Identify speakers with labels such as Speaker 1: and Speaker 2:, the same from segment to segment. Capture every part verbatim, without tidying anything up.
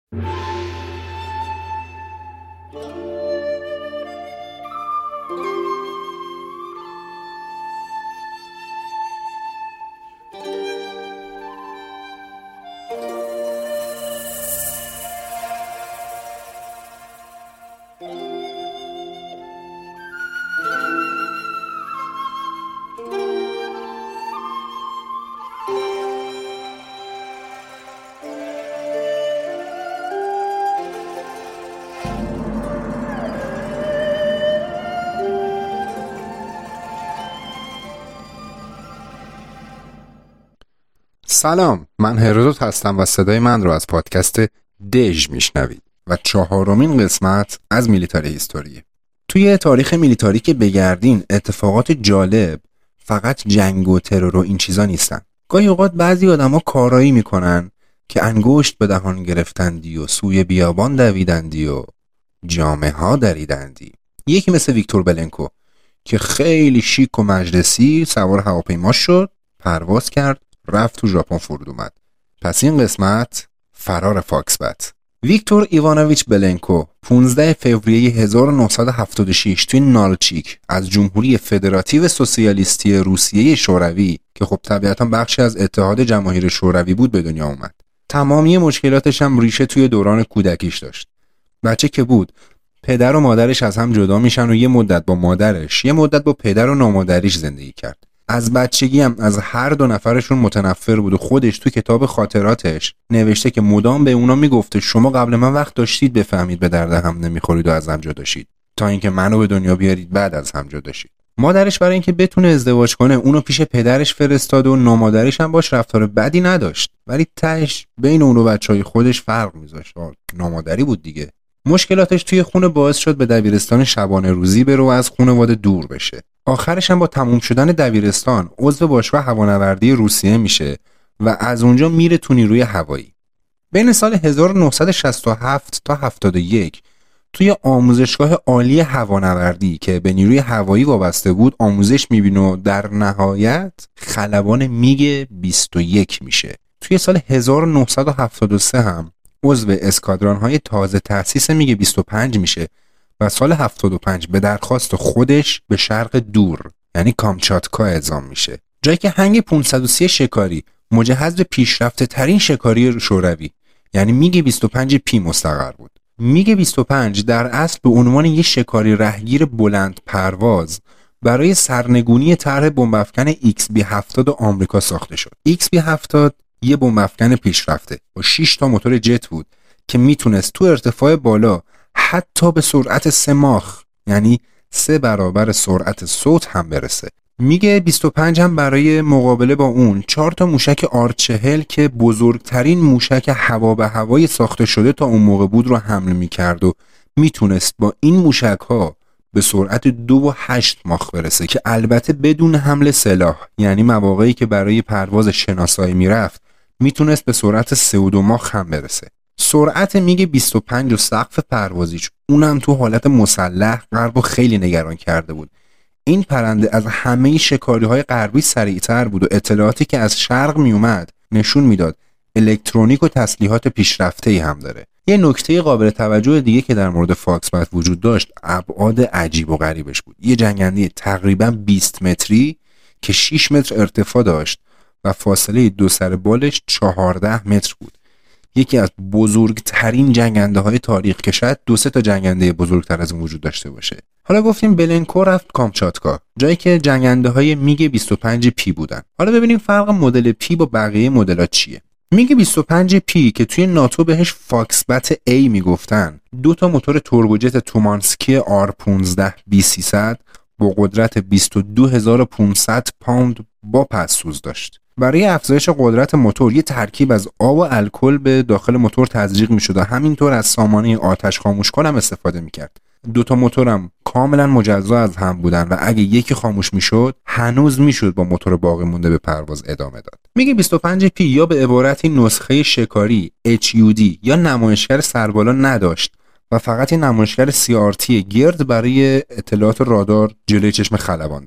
Speaker 1: سلام، من هرودوت هستم و صدای من رو از پادکست دژ میشنوید و چهارمین قسمت از میلیتاری هیستوری. توی تاریخ میلیتاری که بگردین اتفاقات جالب فقط جنگ و ترور و این چیزا نیستن. گاهی اوقات بعضی آدما کارایی میکنن که انگشت به دهان گرفتندی و سوی بیابان دویدندی و جامه ها دریدندی. یکی مثل ویکتور بلنکو که خیلی شیک و مجلسی سوار هواپیما شد، پرواز کرد، رفت تو ژاپن فرود اومد. پس این قسمت فرار فاکسبت. ویکتور ایوانویچ بلنکو پانزده فوریه هزار و نهصد و هفتاد و شش توی نالچیک از جمهوری فدراتیو سوسیالیستی روسیه شوروی که خب طبیعتاً بخشی از اتحاد جماهیر شوروی بود به دنیا اومد. تمامی مشکلاتش هم ریشه توی دوران کودکیش داشت. بچه که بود پدر و مادرش از هم جدا میشن و یه مدت با مادرش یه مدت با پدر و نامادریش زندگی کرد. از بچگی هم از هر دو نفرشون متنفر بود و خودش تو کتاب خاطراتش نوشته که مدام به اونا میگفته شما قبل من وقت داشتید بفهمید به درد هم نمیخورید و از هم جدا شید تا اینکه منو به دنیا بیارید بعد از هم جدا شید. مادرش برای اینکه بتونه ازدواج کنه اونو پیش پدرش فرستاد و نامادریش هم باش رفتار بدی نداشت، ولی تهش بین اون و بچهای خودش فرق میذاشت. نامادری بود دیگه. مشکلاتش توی خونه باعث شد به دبیرستان شبانه روزی بره و از خانواده دور بشه. آخرش هم با تموم شدن دبیرستان عضو باشگاه هوانوردی روسیه میشه و از اونجا میره تو نیروی هوایی. بین سال هزار و نهصد و شصت و هفت تا هفتاد و یک توی آموزشگاه عالی هوانوردی که به نیروی هوایی وابسته بود آموزش میبینه و در نهایت خلبان میگ بیست و یک میشه. توی سال هزار و نهصد و هفتاد و سه هم عضو اسکادران‌های تازه تأسیس میگ بیست و پنج میشه و سال هفتاد و پنج به درخواست خودش به شرق دور یعنی کامچاتکا اعزام میشه، جایی که هنگ پانصد و سی شکاری مجهز به پیشرفته ترین شکاری شوروی یعنی میگ بیست و پنج پی مستقر بود. میگ بیست و پنج در اصل به عنوان یک شکاری رهگیر بلند پرواز برای سرنگونی طرح بمب افکن ایکس بی هفتاد آمریکا ساخته شد. ایکس بی هفتاد یه بمب افکن پیشرفته با شش تا موتور جت بود که میتونست تو ارتفاع بالا حتی به سرعت سه ماخ یعنی سه برابر سرعت صوت هم برسه. میگه بیست و پنج هم برای مقابله با اون چهار تا موشک آر چهل که بزرگترین موشک هوا به هوای ساخته شده تا اون موقع بود رو حمل میکرد و میتونست با این موشک ها به سرعت دو و هشت ماخ برسه که البته بدون حمل سلاح، یعنی مواقعی که برای پرواز شناسایی میرفت میتونست به سرعت سه و دو ماخ هم برسه. سرعت میگ بیست و پنج و سقف پروازیش اونم تو حالت مسلح غربو خیلی نگران کرده بود. این پرنده از همه شکاری‌های غربی سریعتر بود و اطلاعاتی که از شرق میومد نشون میداد الکترونیک و تسلیحات پیشرفته‌ای هم داره. یه نکته قابل توجه دیگه که در مورد فاکسبت وجود داشت ابعاد عجیب و غریبش بود. یه جنگنده تقریباً بیست متری که شش متر ارتفاع داشت و فاصله دو سر بالش چهارده متر بود. یکی از بزرگترین جنگنده های تاریخ که شاید دو سه تا جنگنده بزرگتر از اون وجود داشته باشه. حالا گفتیم بلنکو رفت کامچاتکا، جایی که جنگنده های میگ بیست و پنج پی بودن. حالا ببینیم فرق مدل پی با بقیه مدل‌ها چیه. میگ بیست و پنج پی که توی ناتو بهش فاکسبت ای میگفتن، دو تا موتور توربوجت تومانسکی آر پانزده بی سیصد با قدرت بیست و دو هزار و پانصد پوند با پس‌سوز داشت. برای افزایش قدرت موتور یه ترکیب از آب و الکل به داخل موتور تزریق می‌شد و همینطور از سامانه آتش خاموش کنم استفاده می‌کرد. دو تا موتورم کاملا مجزا از هم بودن و اگه یکی خاموش می‌شد هنوز می‌شد با موتور باقی مونده به پرواز ادامه داد. میگه بیست و پنج پی یا به عبارتی نسخه شکاری اچ یو دی یا نمایشگر سربالا نداشت و فقط این نمایشگر سی آر تی گرد برای اطلاعات رادار جلوی چشم خلبان داشت.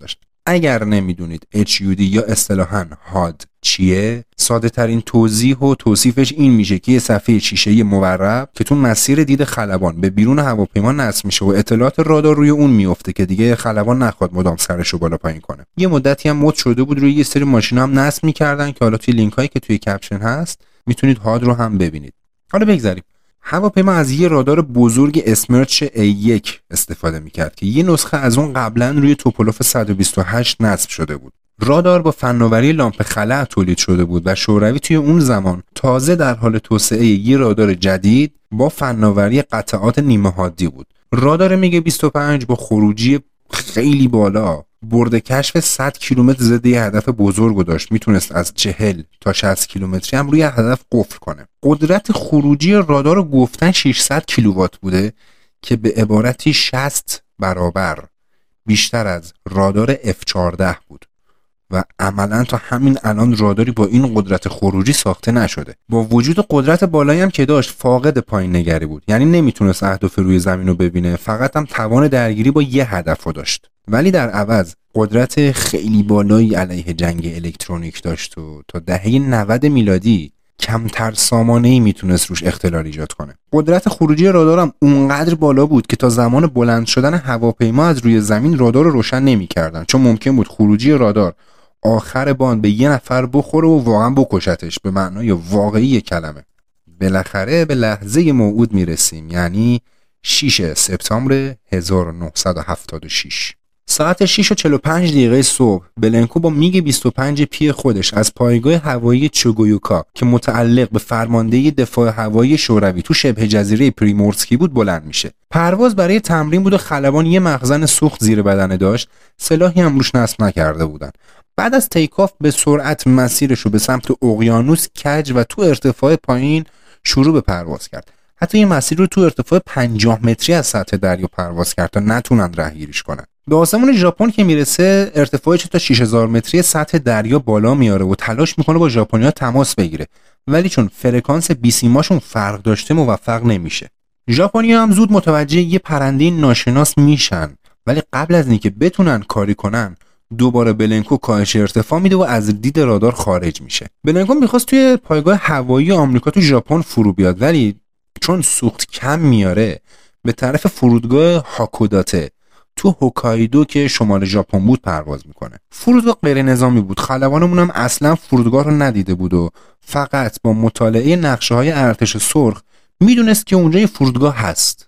Speaker 1: اگر نمیدونید اچ یو دی یا اصطلاحاً هاد چیه، ساده ترین توضیح و توصیفش این میشه که یه صفحه شیشه‌ای مورب که تو مسیر دید خلبان به بیرون هواپیما نصب میشه و اطلاعات رادار روی اون میفته که دیگه خلبان نخواد مدام سرشو بالا پایین کنه. یه مدتی هم مد شده بود روی یه سری ماشینا هم نصب میکردن که حالا توی لینک هایی که توی کپشن هست میتونید هاد رو هم ببینید. حالا بگذاریم. هواپیما از یه رادار بزرگ اسمرچ ای یک استفاده میکرد که یه نسخه از اون قبلا روی توپولوف صد و بیست و هشت نصب شده بود. رادار با فناوری لامپ خلأ تولید شده بود و شوروی توی اون زمان تازه در حال توسعه یه رادار جدید با فناوری قطعات نیمه حادی بود. رادار میگ بیست و پنج با خروجی خیلی بالا برد کشف صد کیلومتر ضد یه هدف بزرگو داشت، میتونست از چهل تا شصت کیلومتری هم روی هدف قفل کنه. قدرت خروجی رادار رو گفتن ششصد کیلووات بوده که به عبارتی شصت برابر بیشتر از رادار اف چهارده بود و عملاً تا همین الان راداری با این قدرت خروجی ساخته نشده. با وجود قدرت بالایی هم که داشت فاقد پایین نگری بود، یعنی نمیتونست اهداف روی زمین رو ببینه، فقط هم توان درگیری با یه هدف رو داشت. ولی در عوض قدرت خیلی بالایی علیه جنگ الکترونیک داشت و تا دهه نود میلادی کمتر سامانه‌ای میتونست روش اختلال ایجاد کنه. قدرت خروجی رادار هم اونقدر بالا بود که تا زمان بلند شدن هواپیما از روی زمین رادار رو روشن نمی‌کردن، چون ممکن بود خروجی رادار آخر باند به یه نفر بخوره و واقعا بکشتش به معنای واقعی کلمه. بالاخره به لحظه موعود میرسیم، یعنی ششم سپتامبر هزار و نهصد و هفتاد و شش. ساعت شش و چهل و پنج دقیقه صبح بلنکو با میگ بیست و پنج پی خودش از پایگاه هوایی چوگویوکا که متعلق به فرماندهی دفاع هوایی شوروی تو شبه جزیره پریمورسکی بود بلند میشه. پرواز برای تمرین بود و خلبان یه مخزن سوخت زیر بدنه داشت، سلاحی هم روش نصب نکرده بودن. بعد از تیکاف به سرعت مسیرش رو به سمت اقیانوس کج و تو ارتفاع پایین شروع به پرواز کرد. حتی این مسیر رو تو ارتفاع پنجاه متری از سطح دریا پرواز کرد تا نتونن رهگیریش کنن. به آسمون ژاپن که میرسه ارتفاعش تا شش هزار متری سطح دریا بالا میاره و تلاش میکنه با ژاپنی‌ها تماس بگیره، ولی چون فرکانس بیسیماشون فرق داشته موفق نمیشه. ژاپنی‌ها هم زود متوجه یه پرنده ناشناس میشن، ولی قبل از اینکه بتونن کاری کنن دوباره بلنکو کاهش ارتفاع میده و از دید رادار خارج میشه. بلنکو میخواست توی پایگاه هوایی آمریکا تو ژاپن فرو بیاد، ولی چون سوخت کم میاره به طرف فرودگاه هاکوداته تو هوکایدو که شمال ژاپن بود پرواز میکنه. فرودگاه غیر نظامی بود. خلبانمون هم اصلا فرودگاه رو ندیده بود و فقط با مطالعه نقشه های ارتش سرخ میدونست که اونجا یه فرودگاه هست.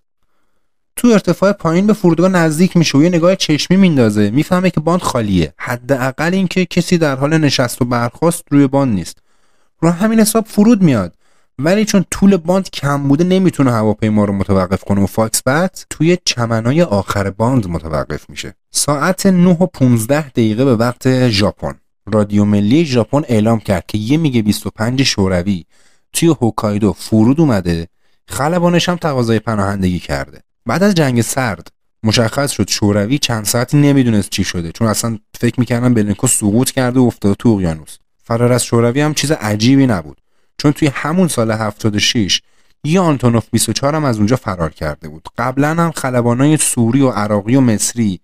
Speaker 1: تو ارتفاع پایین به فرودگاه نزدیک میشه و یه نگاه چشمی میندازه، میفهمه که باند خالیه. حداقل این که کسی در حال نشست و برخاست روی باند نیست. رو همین حساب فرود میاد، ولی چون طول باند کم بوده نمیتونه هواپیما رو متوقف کنه و فاکس بت توی چمنای آخر باند متوقف میشه. ساعت نه و پانزده دقیقه به وقت ژاپن رادیو ملی ژاپن اعلام کرد که یه میگ بیست و پنج شوروی توی هوکایدو فرود اومده. خلبانش هم تقاضای پناهندگی کرده. بعد از جنگ سرد مشخص شد شوروی چند ساعتی نمیدونست چی شده، چون اصلا فکر میکردن بلنکو سقوط کرده و افتاده تو اقیانوس. فرار از شوروی هم چیز عجیبی نبود، چون توی همون سال هفتاد و شش یه آنتونوف بیست و چهار هم از اونجا فرار کرده بود. قبلا هم خلبانای سوری و عراقی و مصری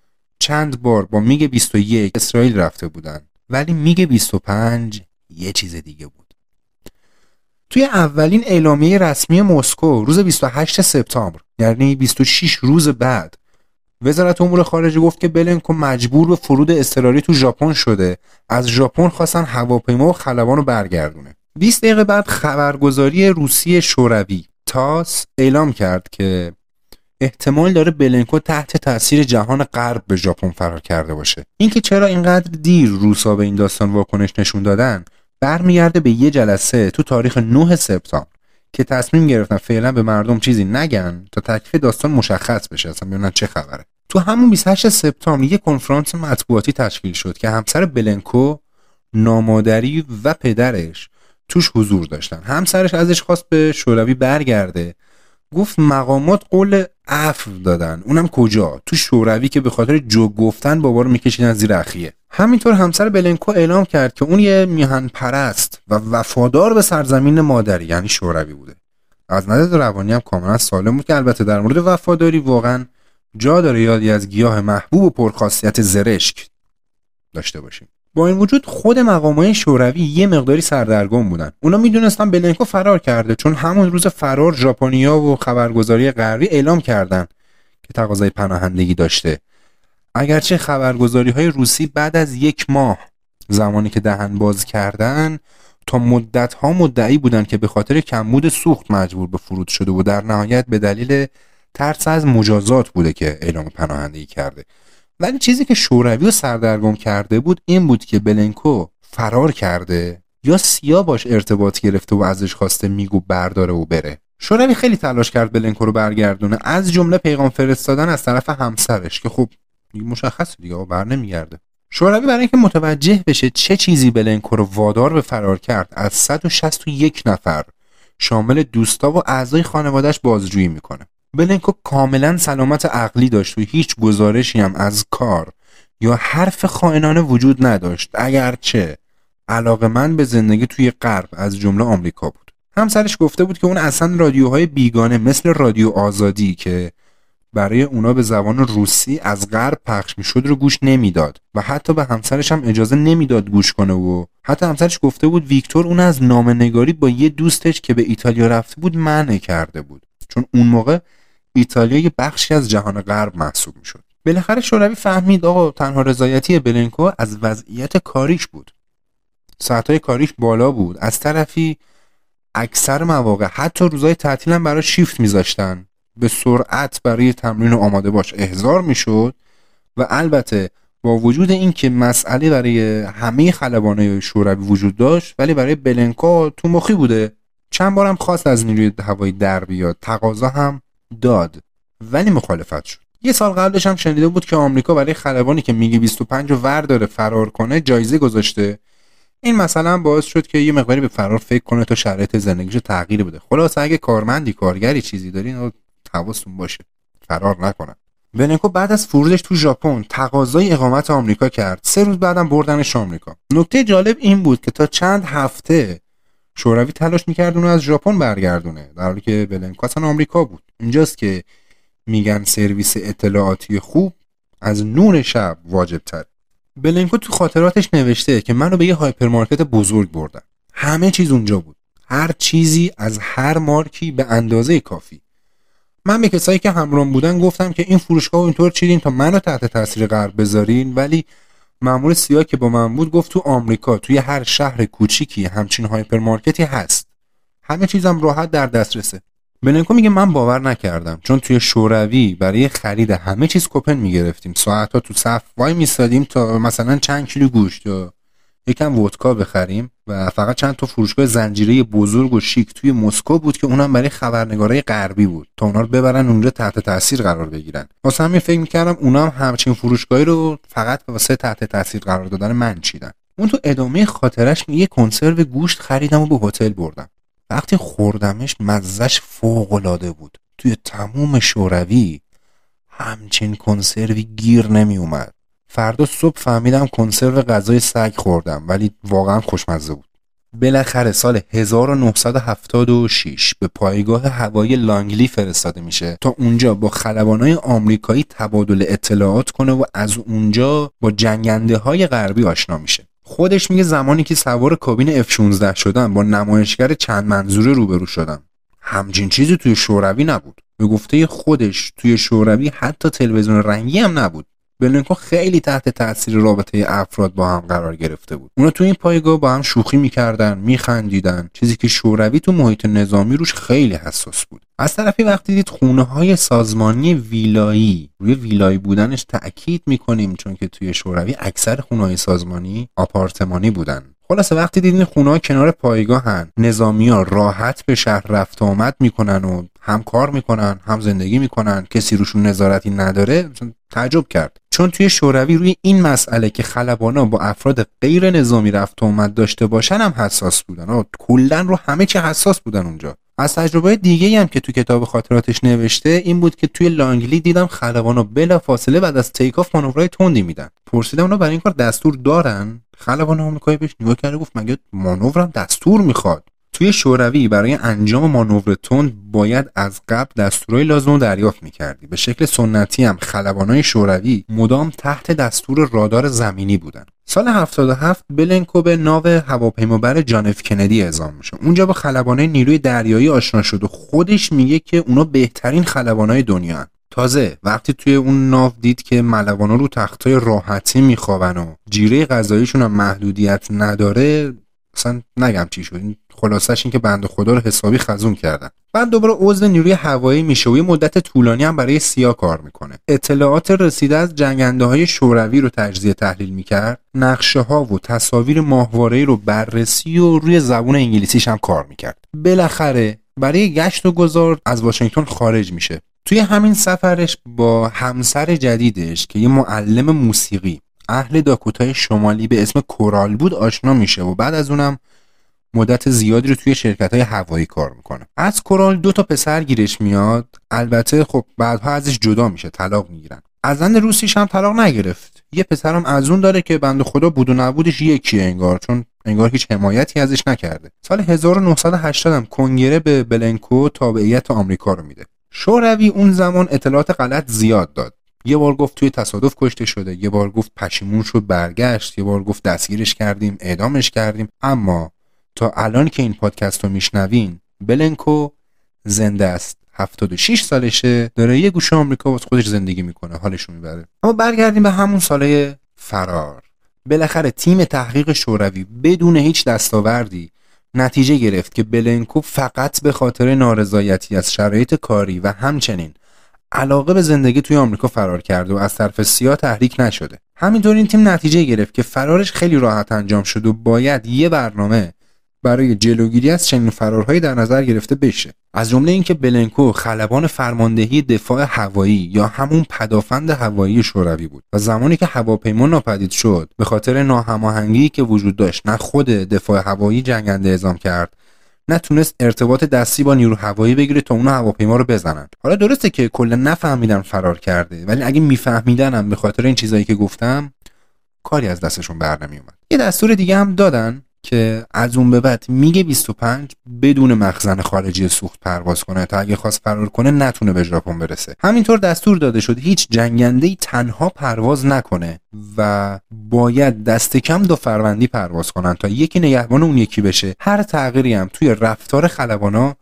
Speaker 1: چند بار با میگ بیست و یک اسرائیل رفته بودن، ولی میگ بیست و پنج یه چیز دیگه بود. توی اولین اعلامیه رسمی مسکو روز بیست و هشتم سپتامبر، یعنی بیست و شش روز بعد، وزارت امور خارجه گفت که بلنکو مجبور به فرود اضطراری تو ژاپن شده. از ژاپن خواستن هواپیما و خلبان رو برگردونه. بیست دقیقه بعد خبرگزاری روسی شوروی تاس اعلام کرد که احتمال داره بلنکو تحت تاثیر جهان غرب به ژاپن فرار کرده باشه. اینکه چرا اینقدر دیر روسا به این داستان واکنش نشون دادن برمیگرده به یه جلسه تو تاریخ نه سپتامبر که تصمیم گرفتن فعلا به مردم چیزی نگن تا تکلیف داستان مشخص بشه، اصلا ببینن چه خبره. تو همون بیست و هشتم سپتامبر یه کنفرانس مطبوعاتی تشکیل شد که همسر بلنکو، نامادری و پدرش توش حضور داشتن. همسرش ازش خواست به شوروی برگرده، گفت مقامات قول عفو دادن. اونم کجا؟ تو شوروی که به خاطر جوک گفتن بابا رو میکشیدن زیر اخیه. همینطور همسر بلنکو اعلام کرد که اون یه میهن پرست و وفادار به سرزمین مادری یعنی شوروی بوده. از نظر روانی هم کاملا سالم بود که البته در مورد وفاداری واقعا جا داره یادی از گیاه محبوب و پرخاصیت زرشک داشته باشیم. با این وجود خود مقامات شوروی یه مقداری سردرگم بودن. اونا میدونستن بلنکو فرار کرده، چون همون روز فرار ژاپنیا و خبرگزاری غربی اعلام کردن که تقاضای پناهندگی داشته. اگرچه خبرگزاری‌های روسی بعد از یک ماه زمانی که دهن باز کردن تا مدت‌ها مدعی بودن که به خاطر کمبود سوخت مجبور به فرود شده و در نهایت به دلیل ترس از مجازات بوده که اعلام پناهندگی کرده. ولی چیزی که شوروی رو سردرگم کرده بود این بود که بلنکو فرار کرده یا سیا باش ارتباط گرفته و ازش خواسته میگو برداره و بره. شوروی خیلی تلاش کرد بلنکو رو برگردونه، از جمله پیغام فرستادن از طرف همسرش که خب مشخصه دیگه بر نمیگرده. شوروی برای اینکه متوجه بشه چه چیزی بلنکو رو وادار به فرار کرد از صد و شصت و یک نفر شامل دوستا و اعضای خانواده‌اش بازجویی میکنه. بلنکو کاملا سلامت عقلی داشت و هیچ گزارشی هم از کار یا حرف خائنانه وجود نداشت، اگرچه علاقه‌مند به زندگی توی غرب از جمله آمریکا بود. همسرش گفته بود که اون اصلا رادیوهای بیگانه مثل رادیو آزادی که برای اونا به زبان روسی از غرب پخش میشد رو گوش نمیداد و حتی به همسرش هم اجازه نمیداد گوش کنه و حتی همسرش گفته بود ویکتور اون از نامه‌نگاری با یه دوستش که به ایتالیا رفته بود منع کرده بود، چون اون موقع ایتالیا یه بخشی از جهان غرب محسوب میشد. بالاخره شوروی فهمید آقا تنها رضایتی بلنکو از وضعیت کاریش بود. ساعتهای کاریش بالا بود، از طرفی اکثر مواقع حتی روزهای تعطیل هم برای شیفت میذاشتن. به سرعت برای تمرین آماده باش احضار میشد و البته با وجود این که مسئله برای همه خلبانای شوروی وجود داشت ولی برای بلنکو تو مخی بوده. چند بارم خواست از نیروی هوایی در بیاد، تقاضا هم داد ولی مخالفت شد. یه سال قبلش هم شنیده بود که آمریکا برای خلبانی که میگه بیست و پنج رو ور داره فرار کنه جایزه گذاشته. این مثلا باعث شد که یه مقداری به فرار فکر کنه تا شرایط زندگیشو تغییر بده. خلاص اگه کارمندی کارگری چیزی دارین حواستون باشه فرار نکنن. بلنکو بعد از فرودش تو ژاپن تقاضای اقامت آمریکا کرد. سه روز بعدم بردنش آمریکا. نکته جالب این بود که تا چند هفته شوروی تلاش می‌کرد اونو از ژاپن برگردونه در حالی که بلنکو اصلا آمریکا بود. اینجاست که میگن سرویس اطلاعاتی خوب از نور شب واجب‌تر. بلنکو تو خاطراتش نوشته که منو به یه هایپرمارکت بزرگ بردن. همه چیز اونجا بود. هر چیزی از هر مارکی به اندازه کافی. من به کسایی که همراهم بودن گفتم که این فروشگاه رو اینطور چیدین تا منو تحت تاثیر غرب بذارین، ولی مأمور سیاه که با من بود گفت تو آمریکا توی هر شهر کوچیکی همچین هایپرمارکتی هست. همه چیزم راحت در دسترسه. بلنکو میگه من باور نکردم، چون توی شوروی برای خرید همه چیز کوپن میگرفتیم، ساعت‌ها تو صف وای میستادیم تا مثلا چند کیلو گوشت یا یکم ودکا بخریم و فقط چند تا فروشگاه زنجیره بزرگ و شیک توی مسکو بود که اونم برای خبرنگارای غربی بود تا اونا رو ببرن اونجا تحت تاثیر قرار بگیرن. واسه همین فکر می‌کردم اونا هم همچین فروشگاهی رو فقط واسه تحت تاثیر قرار دادن من چیدن. اون تو ادامه خاطرش میگه کنسرو گوشت خریدم و به هتل بردم. وقتی خوردمش مزهش فوق‌العاده بود. توی تموم شوروی همچین کنسروی گیر نمی اومد. فردا صبح فهمیدم کنسرو غذای سگ خوردم ولی واقعا خوشمزه بود. بالاخره سال هزار و نهصد و هفتاد و شش به پایگاه هوایی لانگلی فرستاده میشه تا اونجا با خلبانای آمریکایی تبادل اطلاعات کنه و از اونجا با جنگنده های غربی آشنا میشه. خودش میگه زمانی که سوار کابین اف شانزده شدم با نمایشگر چند منظوره روبرو شدم. همچین چیزی توی شوروی نبود. به گفته خودش توی شوروی حتی تلویزیون رنگی هم نبود. بلنکو خیلی تحت تاثیر رابطه افراد با هم قرار گرفته بود. اونا تو این پایگاه با هم شوخی میکردن، میخندیدن، چیزی که شوروی تو محیط نظامی روش خیلی حساس بود. از طرفی وقتی دید خونه‌های سازمانی ویلایی روی ویلایی بودنش تأکید میکنیم، چون که توی شوروی اکثر خونه‌های سازمانی آپارتمانی بودن. خلاصه وقتی دید این خونه‌ها کنار پایگاهن، نظامی‌ها راحت به شهر رفت و آمد میکنن و هم کار میکنن، هم زندگی میکنن، کسی روشون نظارتی نداره، تعجب کرد. چون توی شوروی روی این مسئله که خلبانا با افراد غیر نظامی رفت و آمد داشته باشن هم حساس بودن. آه کلاً رو همه چی حساس بودن اونجا. از تجربه دیگه‌ای هم که تو کتاب خاطراتش نوشته این بود که توی لانگلی دیدم خلبانا بلافاصله بعد از تیک آف مانورای تندی میدن. پرسیدم اونا برای این کار دستور دارن؟ خلبان آمریکایی بهش نگاه کرد و گفت مگه مانورم دستور میخواد؟ توی شوروی برای انجام مانور تند باید از قبل دستورای لازم رو دریافت می‌کردی. به شکل سنتی هم خلبانای شوروی مدام تحت دستور رادار زمینی بودن. سال هفتاد و هفت بلنکو به ناو هواپیمابر جان اف کندی اعزام میشه. اونجا با خلبانای نیروی دریایی آشنا شد و خودش میگه که اونا بهترین خلبانای دنیا هن. تازه وقتی توی اون ناو دید که ملوانا رو تختای راحتی میخوابن و جیره غذاییشون هم محدودیت نداره، اصلا نگم چی شد. خلاصش این که بنده خدا رو حسابی خزون کردن. بعد دوباره عضو نیروی هوایی میشه و یه مدت طولانی هم برای سیا کار میکنه. اطلاعات رسیده از جنگنده های شوروی رو تجزیه تحلیل میکرد، نقشه ها و تصاویر ماهواره‌ای رو بررسی و روی زبان انگلیسیش هم کار میکرد. بالاخره برای گشت و گذار از واشنگتن خارج میشه. توی همین سفرش با همسر جدیدش که یه معلم موسیقی اهل داکوتای شمالی به اسم کورال بود آشنا میشه و بعد از اونم مدت زیادی رو توی شرکت‌های هوایی کار میکنه. از کورال دو تا پسر گیرش میاد. البته خب بعدها ازش جدا میشه، طلاق میگیرن. از زن روسیش هم طلاق نگرفت. یه پسرم از اون داره که بنده خدا بود و نبودش یکیه انگار، چون انگار هیچ حمایتی ازش نکرده. سال هزار و نهصد و هشتاد هم کنگره به بلنکو تابعیت آمریکا رو میده. شوروی اون زمان اطلاعات غلط زیاد داد. یه بار گفت توی تصادف کشته شده، یه بار گفت پشیمون شد برگشت، یه بار گفت دستگیرش کردیم، اعدامش کردیم. اما تا الان که این پادکست رو میشنوین بلنکو زنده است، هفتاد و شش سالشه، داره یه گوشه آمریکا واسه خودش زندگی میکنه، حالشو میبره. اما برگردیم به همون سالهای فرار. بالاخره تیم تحقیق شوروی بدون هیچ دستاوردی نتیجه گرفت که بلنکو فقط به خاطر نارضایتی از شرایط کاری و همچنین علاقه به زندگی توی آمریکا فرار کرده و از طرف سیا تحریک نشده. همینطور این تیم نتیجه گرفت که فرارش خیلی راحت انجام شد و باید یه برنامه برای جلوگیری از چنین فرارهایی در نظر گرفته بشه. از جمله اینکه بلنکو خلبان فرماندهی دفاع هوایی یا همون پدافند هوایی شوروی بود و زمانی که هواپیما ناپدید شد به خاطر ناهماهنگی که وجود داشت نه خود دفاع هوایی جنگنده اعزام کرد نه تونست ارتباط دستی با نیرو هوایی بگیره تا اون هواپیما رو بزنن. حالا درسته که کلا نفهمیدن فرار کرده، ولی اگه میفهمیدنم به خاطر این چیزایی که گفتم کاری از دستشون بر نمیومد. یه دستور دیگه هم دادن که از اون به بعد میگ بیست و پنج بدون مخزن خارجی سوخت پرواز کنه تا اگه خواست فرار کنه نتونه به ژاپن برسه. همینطور دستور داده شد هیچ جنگنده‌ای تنها پرواز نکنه و باید دست کم دو فروندی پرواز کنن تا یکی نگهبان اون یکی بشه. هر تغییری هم توی رفتار خلبانا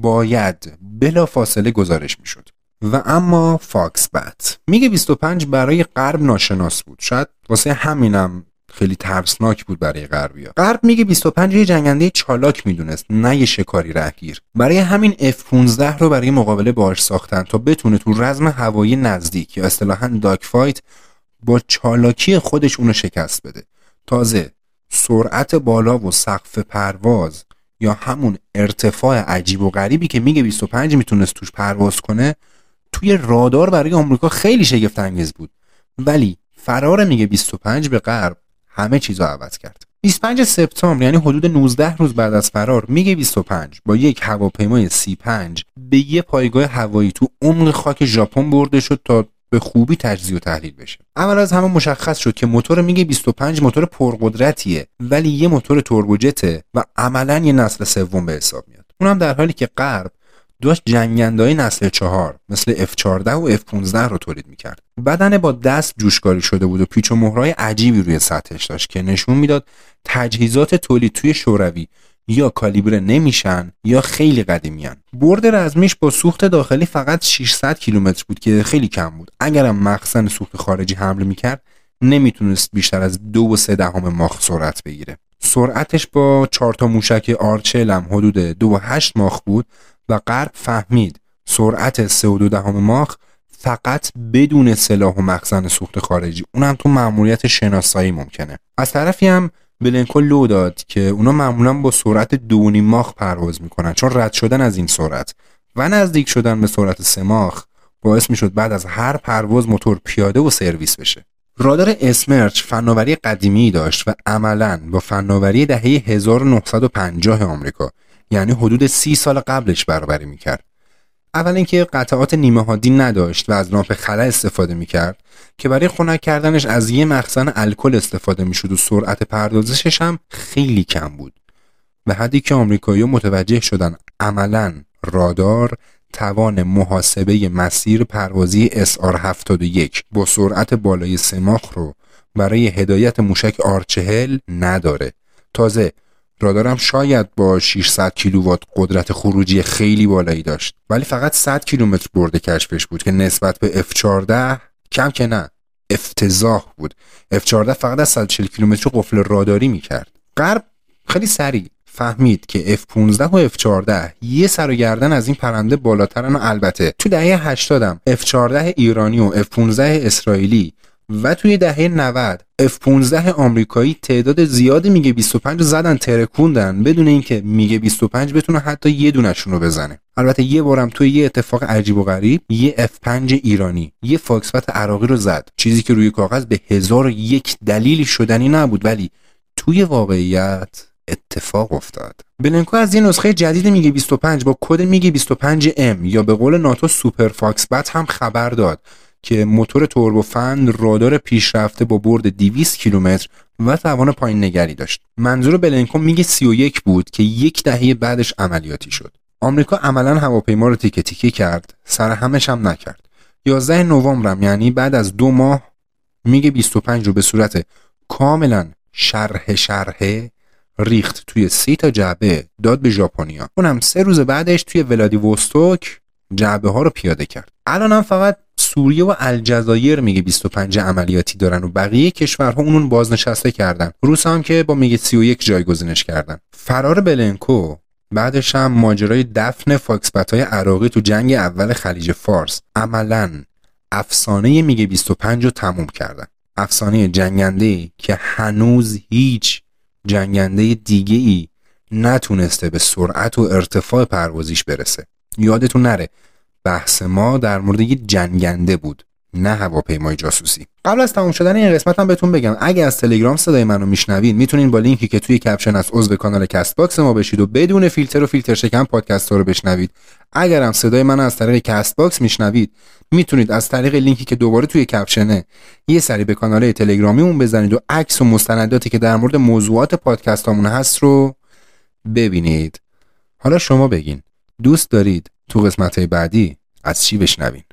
Speaker 1: باید بلا فاصله گزارش میشد. و اما فاکس بت میگ بیست و پنج برای غرب ناشناس بود. شاید واسه همینم خیلی ترسناک بود برای غربیا. غرب میگه بیست و پنج یه جنگنده چالاک میدونست، نه یه شکاری رهگیر. برای همین اف پانزده رو برای مقابله باهاش ساختن تا بتونه تو رزم هوایی نزدیک یا اصطلاحاً داگ فایت با چالاکی خودش اونو شکست بده. تازه سرعت بالا و سقف پرواز یا همون ارتفاع عجیب و غریبی که میگه بیست و پنج میتونست توش پرواز کنه توی رادار برای آمریکا خیلی شگفت انگیز بود. ولی فرار میگه بیست و پنج به غرب همه چیزو عوض کرد. بیست و پنج سپتامبر یعنی حدود نوزده روز بعد از فرار میگ بیست و پنج با یک هواپیمای سی پنج به یه پایگاه هوایی تو عمق خاک ژاپن برده شد تا به خوبی تجزیه و تحلیل بشه. اول از همه مشخص شد که موتور میگ بیست و پنج موتور پرقدرتیه ولی یه موتور توربوجته و عملاً یه نسل سوم به حساب میاد. اونم در حالی که غرب داشت جنگنده‌های نسل چهار مثل اف چهارده و اف پانزده رو تولید میکرد. بدن با دست جوشکاری شده بود و پیچ و مهرهای عجیبی روی سطحش داشت که نشون میداد تجهیزات تولید توی شوروی یا کالیبره نمیشن یا خیلی قدیمیان. برد رزمیش با سوخت داخلی فقط ششصد کیلومتر بود که خیلی کم بود. اگرم مخزن سوخت خارجی حمله میکرد نمیتونست بیشتر از دو و سه دهم ماخ سرعت بگیره. سرعتش با چهار تا موشک آرچل هم حدود دو و هشت ماخ بود و غرب فهمید سرعت سه و دو دهم ماخ فقط بدون سلاح و مخزن سوخت خارجی، اونم تو مأموریت شناسایی ممکنه. از طرفی هم بلنکو لو داد که اونا معمولا با سرعت دو و نیم ماخ پرواز میکنن چون رد شدن از این سرعت و نزدیک شدن به سرعت سه ماخ باعث میشد بعد از هر پرواز موتور پیاده و سرویس بشه. رادار اسمرچ فناوری قدیمی داشت و عملاً با فناوری دهه هزار و نهصد و پنجاه آمریکا یعنی حدود سی سال قبلش برابری میکرد. اول اینکه قطعات نیمه هادی نداشت و از لامپ خلا استفاده میکرد که برای خنک کردنش از یه مخزن الکل استفاده میشد و سرعت پردازشش هم خیلی کم بود. به حدی که آمریکایی‌ها متوجه شدن عملاً رادار توان محاسبه مسیر پروازی اس آر هفتاد و یک با سرعت بالای سه ماخ رو برای هدایت موشک آر چهل نداره. تازه رادارم شاید با ششصد کیلووات قدرت خروجی خیلی بالایی داشت، ولی فقط صد کیلومتر برد کشفش بود که نسبت به اف چهارده کم که نه، افتضاح بود. اف چهارده فقط از صد و چهل کیلومتر قفل راداری میکرد. غرب خیلی سریع فهمید که اف پانزده و اف چهارده یه سر و گردن از این پرنده بالاترن و البته تو دهه هشتاد هم اف چهارده ایرانی و اف پانزده اسرائیلی و توی دهه نود اف پانزده آمریکایی تعداد زیاد میگ بیست و پنج رو زدن ترکوندن بدون اینکه میگ بیست و پنج بتونه حتی یه دونشون رو بزنه. البته یه بارم توی یه اتفاق عجیب و غریب یه اف پنج ایرانی یه فاکسبت عراقی رو زد، چیزی که روی کاغذ به هزار و یک دلیلی شدنی نبود ولی توی واقعیت اتفاق افتاد. بلنکو از یه نسخه جدید میگ بیست و پنج با کد میگ بیست و پنج ام یا به قول ناتو سوپر فاکسبت هم خبر داد که موتور توربوفن، رادار پیشرفته با برد دویست کیلومتر و توان پایین نگری داشت. منظور بلنکو میگ سی و یک بود که یک دهه بعدش عملیاتی شد. آمریکا عملاً هواپیما رو تیکه تیکه کرد، سر همش هم نکرد. یازده نوامبر یعنی بعد از دو ماه میگ بیست و پنج رو به صورت کاملاً شرح شرحه ریخت توی سی تا جعبه داد به ژاپنیا. اونم سه روز بعدش توی ولادیوستوک جعبه ها رو پیاده کرد. الان هم فقط سوریه و الجزایر میگ بیست و پنج عملیاتی دارن و بقیه کشورها اونون بازنشسته کردن. روس هم که با میگ سی و یک جایگزینش کردن. فرار بلنکو بعدش هم ماجرای دفن فاکسبت‌های عراقی تو جنگ اول خلیج فارس عملاً افسانه میگ بیست و پنج رو تموم کردن. افسانه جنگنده‌ای که هنوز هیچ جنگنده دیگه‌ای نتونسته به سرعت و ارتفاع پروازیش برسه. یادتون نره بحث ما در مورد یه جنگنده بود، نه هواپیمای جاسوسی. قبل از تموم شدن این قسمت هم بهتون بگم اگه از تلگرام صدای منو میشنوین میتونین با لینکی که توی کپشن از عضو کانال کست باکس ما بشید و بدون فیلتر و فیلتر شکن پادکست ها رو بشنوید. اگر هم صدای منو از طریق کست باکس میشنوید میتونید از طریق لینکی که دوباره توی کپشنه یه سری به کانال تلگرامیمون بزنید و عکس و مستنداتی که در مورد موضوعات پادکستامون هست رو ببینید. حالا شما بگین دوست دارید تو قسمت‌های بعدی از چی بشنوین؟